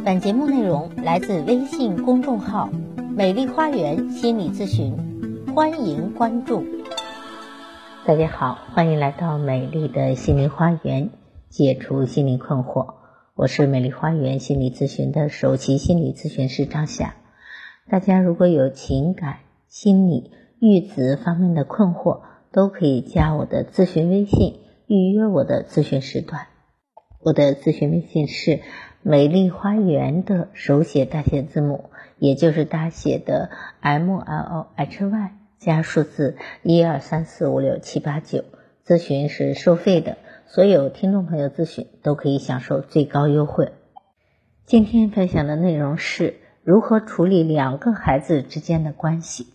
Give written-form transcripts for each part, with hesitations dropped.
本节目内容来自微信公众号美丽花园心理咨询，欢迎关注。大家好，欢迎来到美丽的心灵花园，解除心理困惑。我是美丽花园心理咨询的首席心理咨询师张霞。大家如果有情感、心理、育子方面的困惑，都可以加我的咨询微信，预约我的咨询时段。我的咨询微信是美丽花园的手写大写字母，也就是大写的 MLHY 加数字123456789，咨询是收费的，所有听众朋友咨询都可以享受最高优惠。今天分享的内容是如何处理两个孩子之间的关系。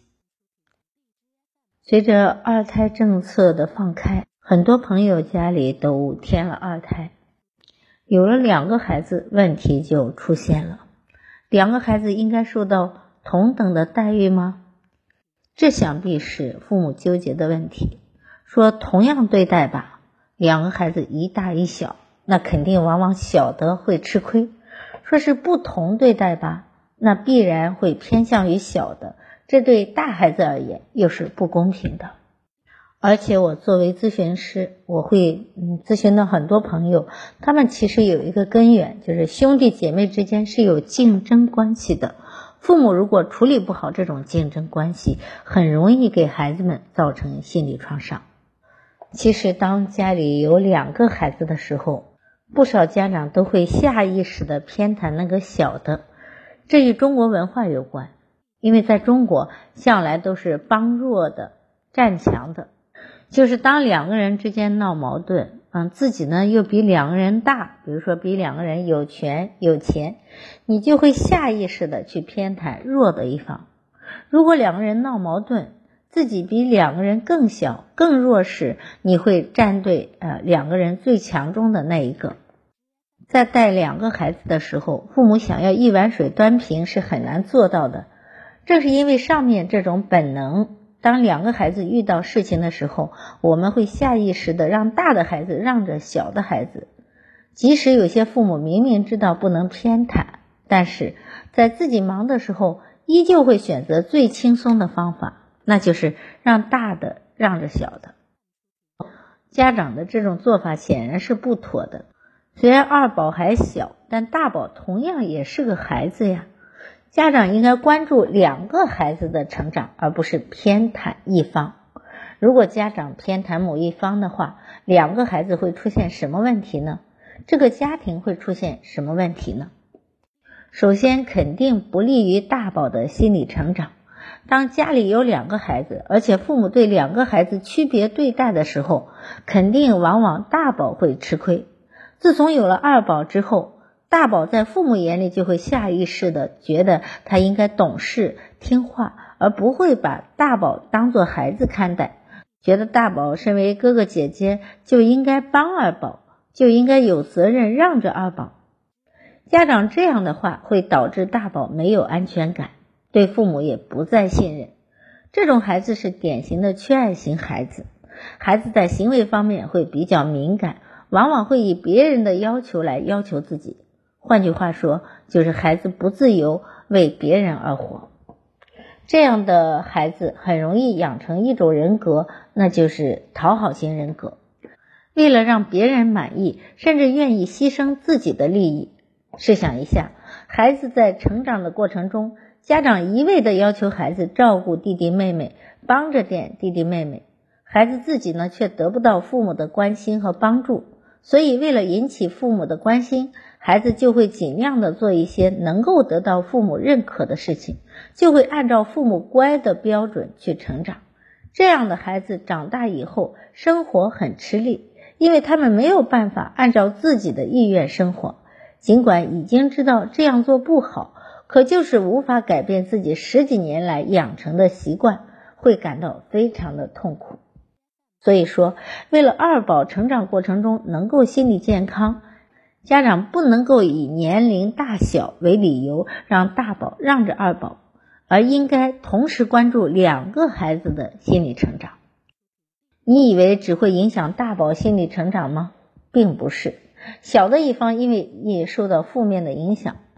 随着二胎政策的放开，很多朋友家里都添了二胎，有了两个孩子，问题就出现了。两个孩子应该受到同等的待遇吗？这想必是父母纠结的问题。说同样对待吧，两个孩子一大一小，那肯定往往小的会吃亏。说是不同对待吧，那必然会偏向于小的，这对大孩子而言又是不公平的。而且我作为咨询师，我会咨询到很多朋友，他们其实有一个根源，就是兄弟姐妹之间是有竞争关系的。父母如果处理不好这种竞争关系，很容易给孩子们造成心理创伤。其实当家里有两个孩子的时候，不少家长都会下意识地偏袒那个小的，这与中国文化有关。因为在中国向来都是帮弱的占强的，就是当两个人之间闹矛盾，自己呢又比两个人大，比如说比两个人有权有钱，你就会下意识的去偏袒弱的一方。如果两个人闹矛盾，自己比两个人更小更弱势，你会站队两个人最强中的那一个。在带两个孩子的时候，父母想要一碗水端平是很难做到的。正是因为上面这种本能，当两个孩子遇到事情的时候，我们会下意识的让大的孩子让着小的孩子。即使有些父母明明知道不能偏袒，但是在自己忙的时候，依旧会选择最轻松的方法，那就是让大的让着小的。家长的这种做法显然是不妥的。虽然二宝还小，但大宝同样也是个孩子呀。家长应该关注两个孩子的成长，而不是偏袒一方。如果家长偏袒某一方的话，两个孩子会出现什么问题呢？这个家庭会出现什么问题呢？首先，肯定不利于大宝的心理成长。当家里有两个孩子，而且父母对两个孩子区别对待的时候，肯定往往大宝会吃亏。自从有了二宝之后，大宝在父母眼里就会下意识的觉得他应该懂事听话，而不会把大宝当作孩子看待，觉得大宝身为哥哥姐姐就应该帮二宝，就应该有责任让着二宝。家长这样的话会导致大宝没有安全感，对父母也不再信任。这种孩子是典型的缺爱型孩子，孩子在行为方面会比较敏感，往往会以别人的要求来要求自己。换句话说，就是孩子不自由，为别人而活。这样的孩子很容易养成一种人格，那就是讨好型人格。为了让别人满意，甚至愿意牺牲自己的利益。试想一下，孩子在成长的过程中，家长一味的要求孩子照顾弟弟妹妹，帮着点弟弟妹妹，孩子自己呢却得不到父母的关心和帮助。所以为了引起父母的关心，孩子就会尽量的做一些能够得到父母认可的事情，就会按照父母乖的标准去成长。这样的孩子长大以后生活很吃力，因为他们没有办法按照自己的意愿生活，尽管已经知道这样做不好，可就是无法改变自己10几年来养成的习惯，会感到非常的痛苦。所以说，为了二宝成长过程中能够心理健康，家长不能够以年龄大小为理由让大宝让着二宝，而应该同时关注两个孩子的心理成长。你以为只会影响大宝心理成长吗？并不是。小的一方因为也受到负面的影响，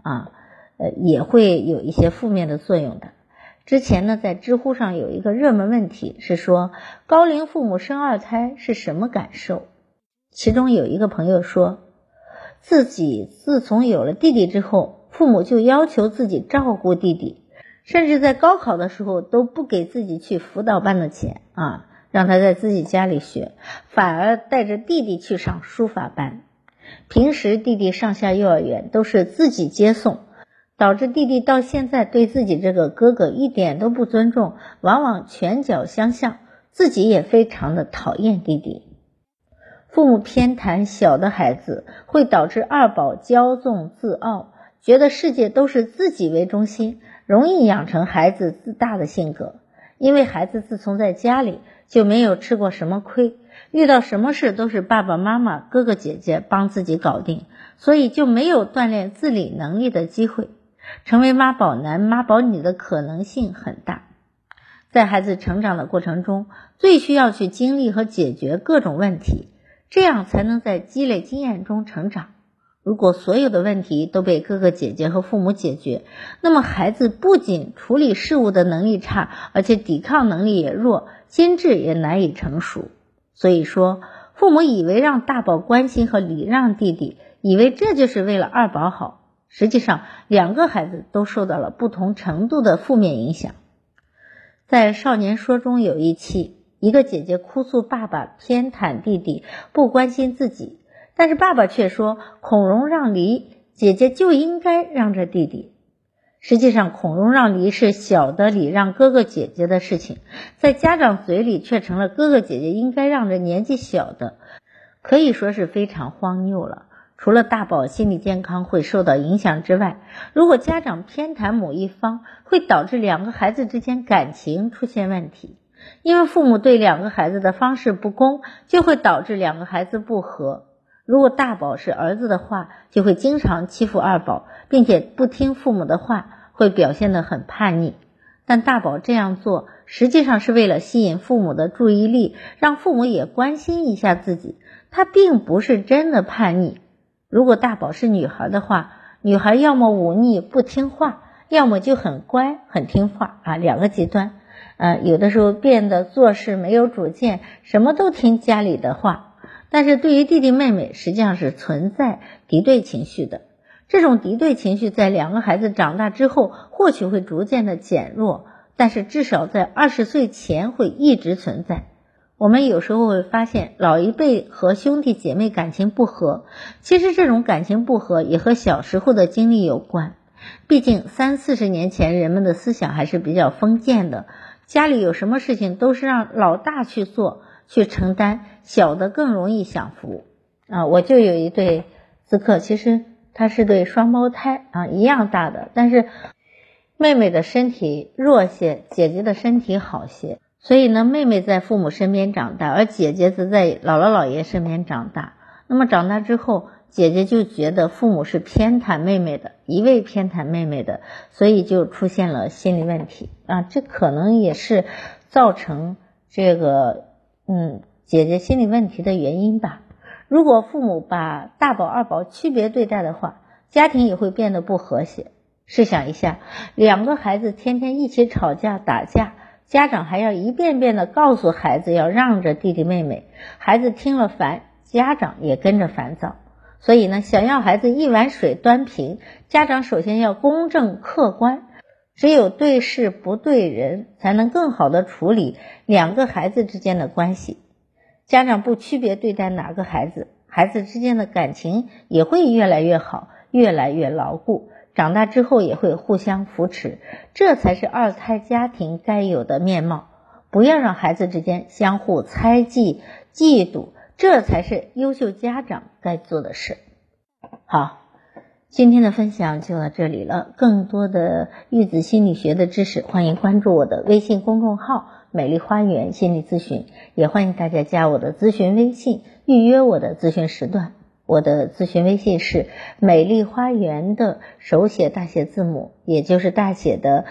也会有一些负面的作用的。之前呢，在知乎上有一个热门问题是说，高龄父母生二胎是什么感受？其中有一个朋友说，自己自从有了弟弟之后，父母就要求自己照顾弟弟，甚至在高考的时候都不给自己去辅导班的钱让他在自己家里学，反而带着弟弟去上书法班。平时弟弟上下幼儿园都是自己接送，导致弟弟到现在对自己这个哥哥一点都不尊重，往往拳脚相向，自己也非常的讨厌弟弟。父母偏袒小的孩子，会导致二宝骄纵自傲，觉得世界都是自己为中心，容易养成孩子自大的性格。因为孩子自从在家里就没有吃过什么亏，遇到什么事都是爸爸妈妈哥哥姐姐帮自己搞定，所以就没有锻炼自理能力的机会，成为妈宝男妈宝女的可能性很大。在孩子成长的过程中，最需要去经历和解决各种问题，这样才能在积累经验中成长。如果所有的问题都被哥哥姐姐和父母解决，那么孩子不仅处理事物的能力差，而且抵抗能力也弱，心智也难以成熟。所以说，父母以为让大宝关心和礼让弟弟，以为这就是为了二宝好，实际上两个孩子都受到了不同程度的负面影响。在少年说中有一期，一个姐姐哭诉爸爸偏袒弟弟，不关心自己，但是爸爸却说孔融让梨，姐姐就应该让着弟弟。实际上孔融让梨是小的礼让哥哥姐姐的事情，在家长嘴里却成了哥哥姐姐应该让着年纪小的，可以说是非常荒谬了。除了大宝心理健康会受到影响之外，如果家长偏袒某一方，会导致两个孩子之间感情出现问题。因为父母对两个孩子的方式不公，就会导致两个孩子不和。如果大宝是儿子的话，就会经常欺负二宝，并且不听父母的话，会表现得很叛逆。但大宝这样做实际上是为了吸引父母的注意力，让父母也关心一下自己，他并不是真的叛逆。如果大宝是女孩的话，女孩要么忤逆不听话，要么就很乖很听话两个极端。有的时候变得做事没有主见，什么都听家里的话。但是对于弟弟妹妹实际上是存在敌对情绪的，这种敌对情绪在两个孩子长大之后或许会逐渐的减弱，但是至少在20岁前会一直存在。我们有时候会发现老一辈和兄弟姐妹感情不和，其实这种感情不和也和小时候的经历有关。毕竟30-40年前人们的思想还是比较封建的，家里有什么事情都是让老大去做去承担，小的更容易享福我就有一对咨客，其实他是对双胞胎一样大的，但是妹妹的身体弱些，姐姐的身体好些，所以呢，妹妹在父母身边长大，而姐姐则在姥姥姥爷身边长大。那么长大之后，姐姐就觉得父母是偏袒妹妹的，一味偏袒妹妹的，所以就出现了心理问题这可能也是造成这个姐姐心理问题的原因吧。如果父母把大宝二宝区别对待的话，家庭也会变得不和谐。试想一下，两个孩子天天一起吵架打架，家长还要一遍遍的告诉孩子要让着弟弟妹妹，孩子听了烦，家长也跟着烦躁。所以呢，想要孩子一碗水端平，家长首先要公正客观，只有对事不对人，才能更好的处理两个孩子之间的关系。家长不区别对待哪个孩子，孩子之间的感情也会越来越好，越来越牢固，长大之后也会互相扶持，这才是二胎家庭该有的面貌。不要让孩子之间相互猜忌、嫉妒，这才是优秀家长该做的事。好，今天的分享就到这里了。更多的育子心理学的知识，欢迎关注我的微信公众号美丽花园心理咨询，也欢迎大家加我的咨询微信，预约我的咨询时段。我的咨询微信是美丽花园的手写大写字母，也就是大写的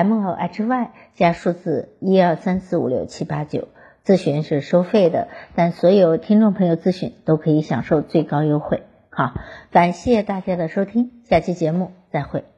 MLHY 加数字123456789。咨询是收费的，但所有听众朋友咨询都可以享受最高优惠。 好，感谢大家的收听，下期节目再会。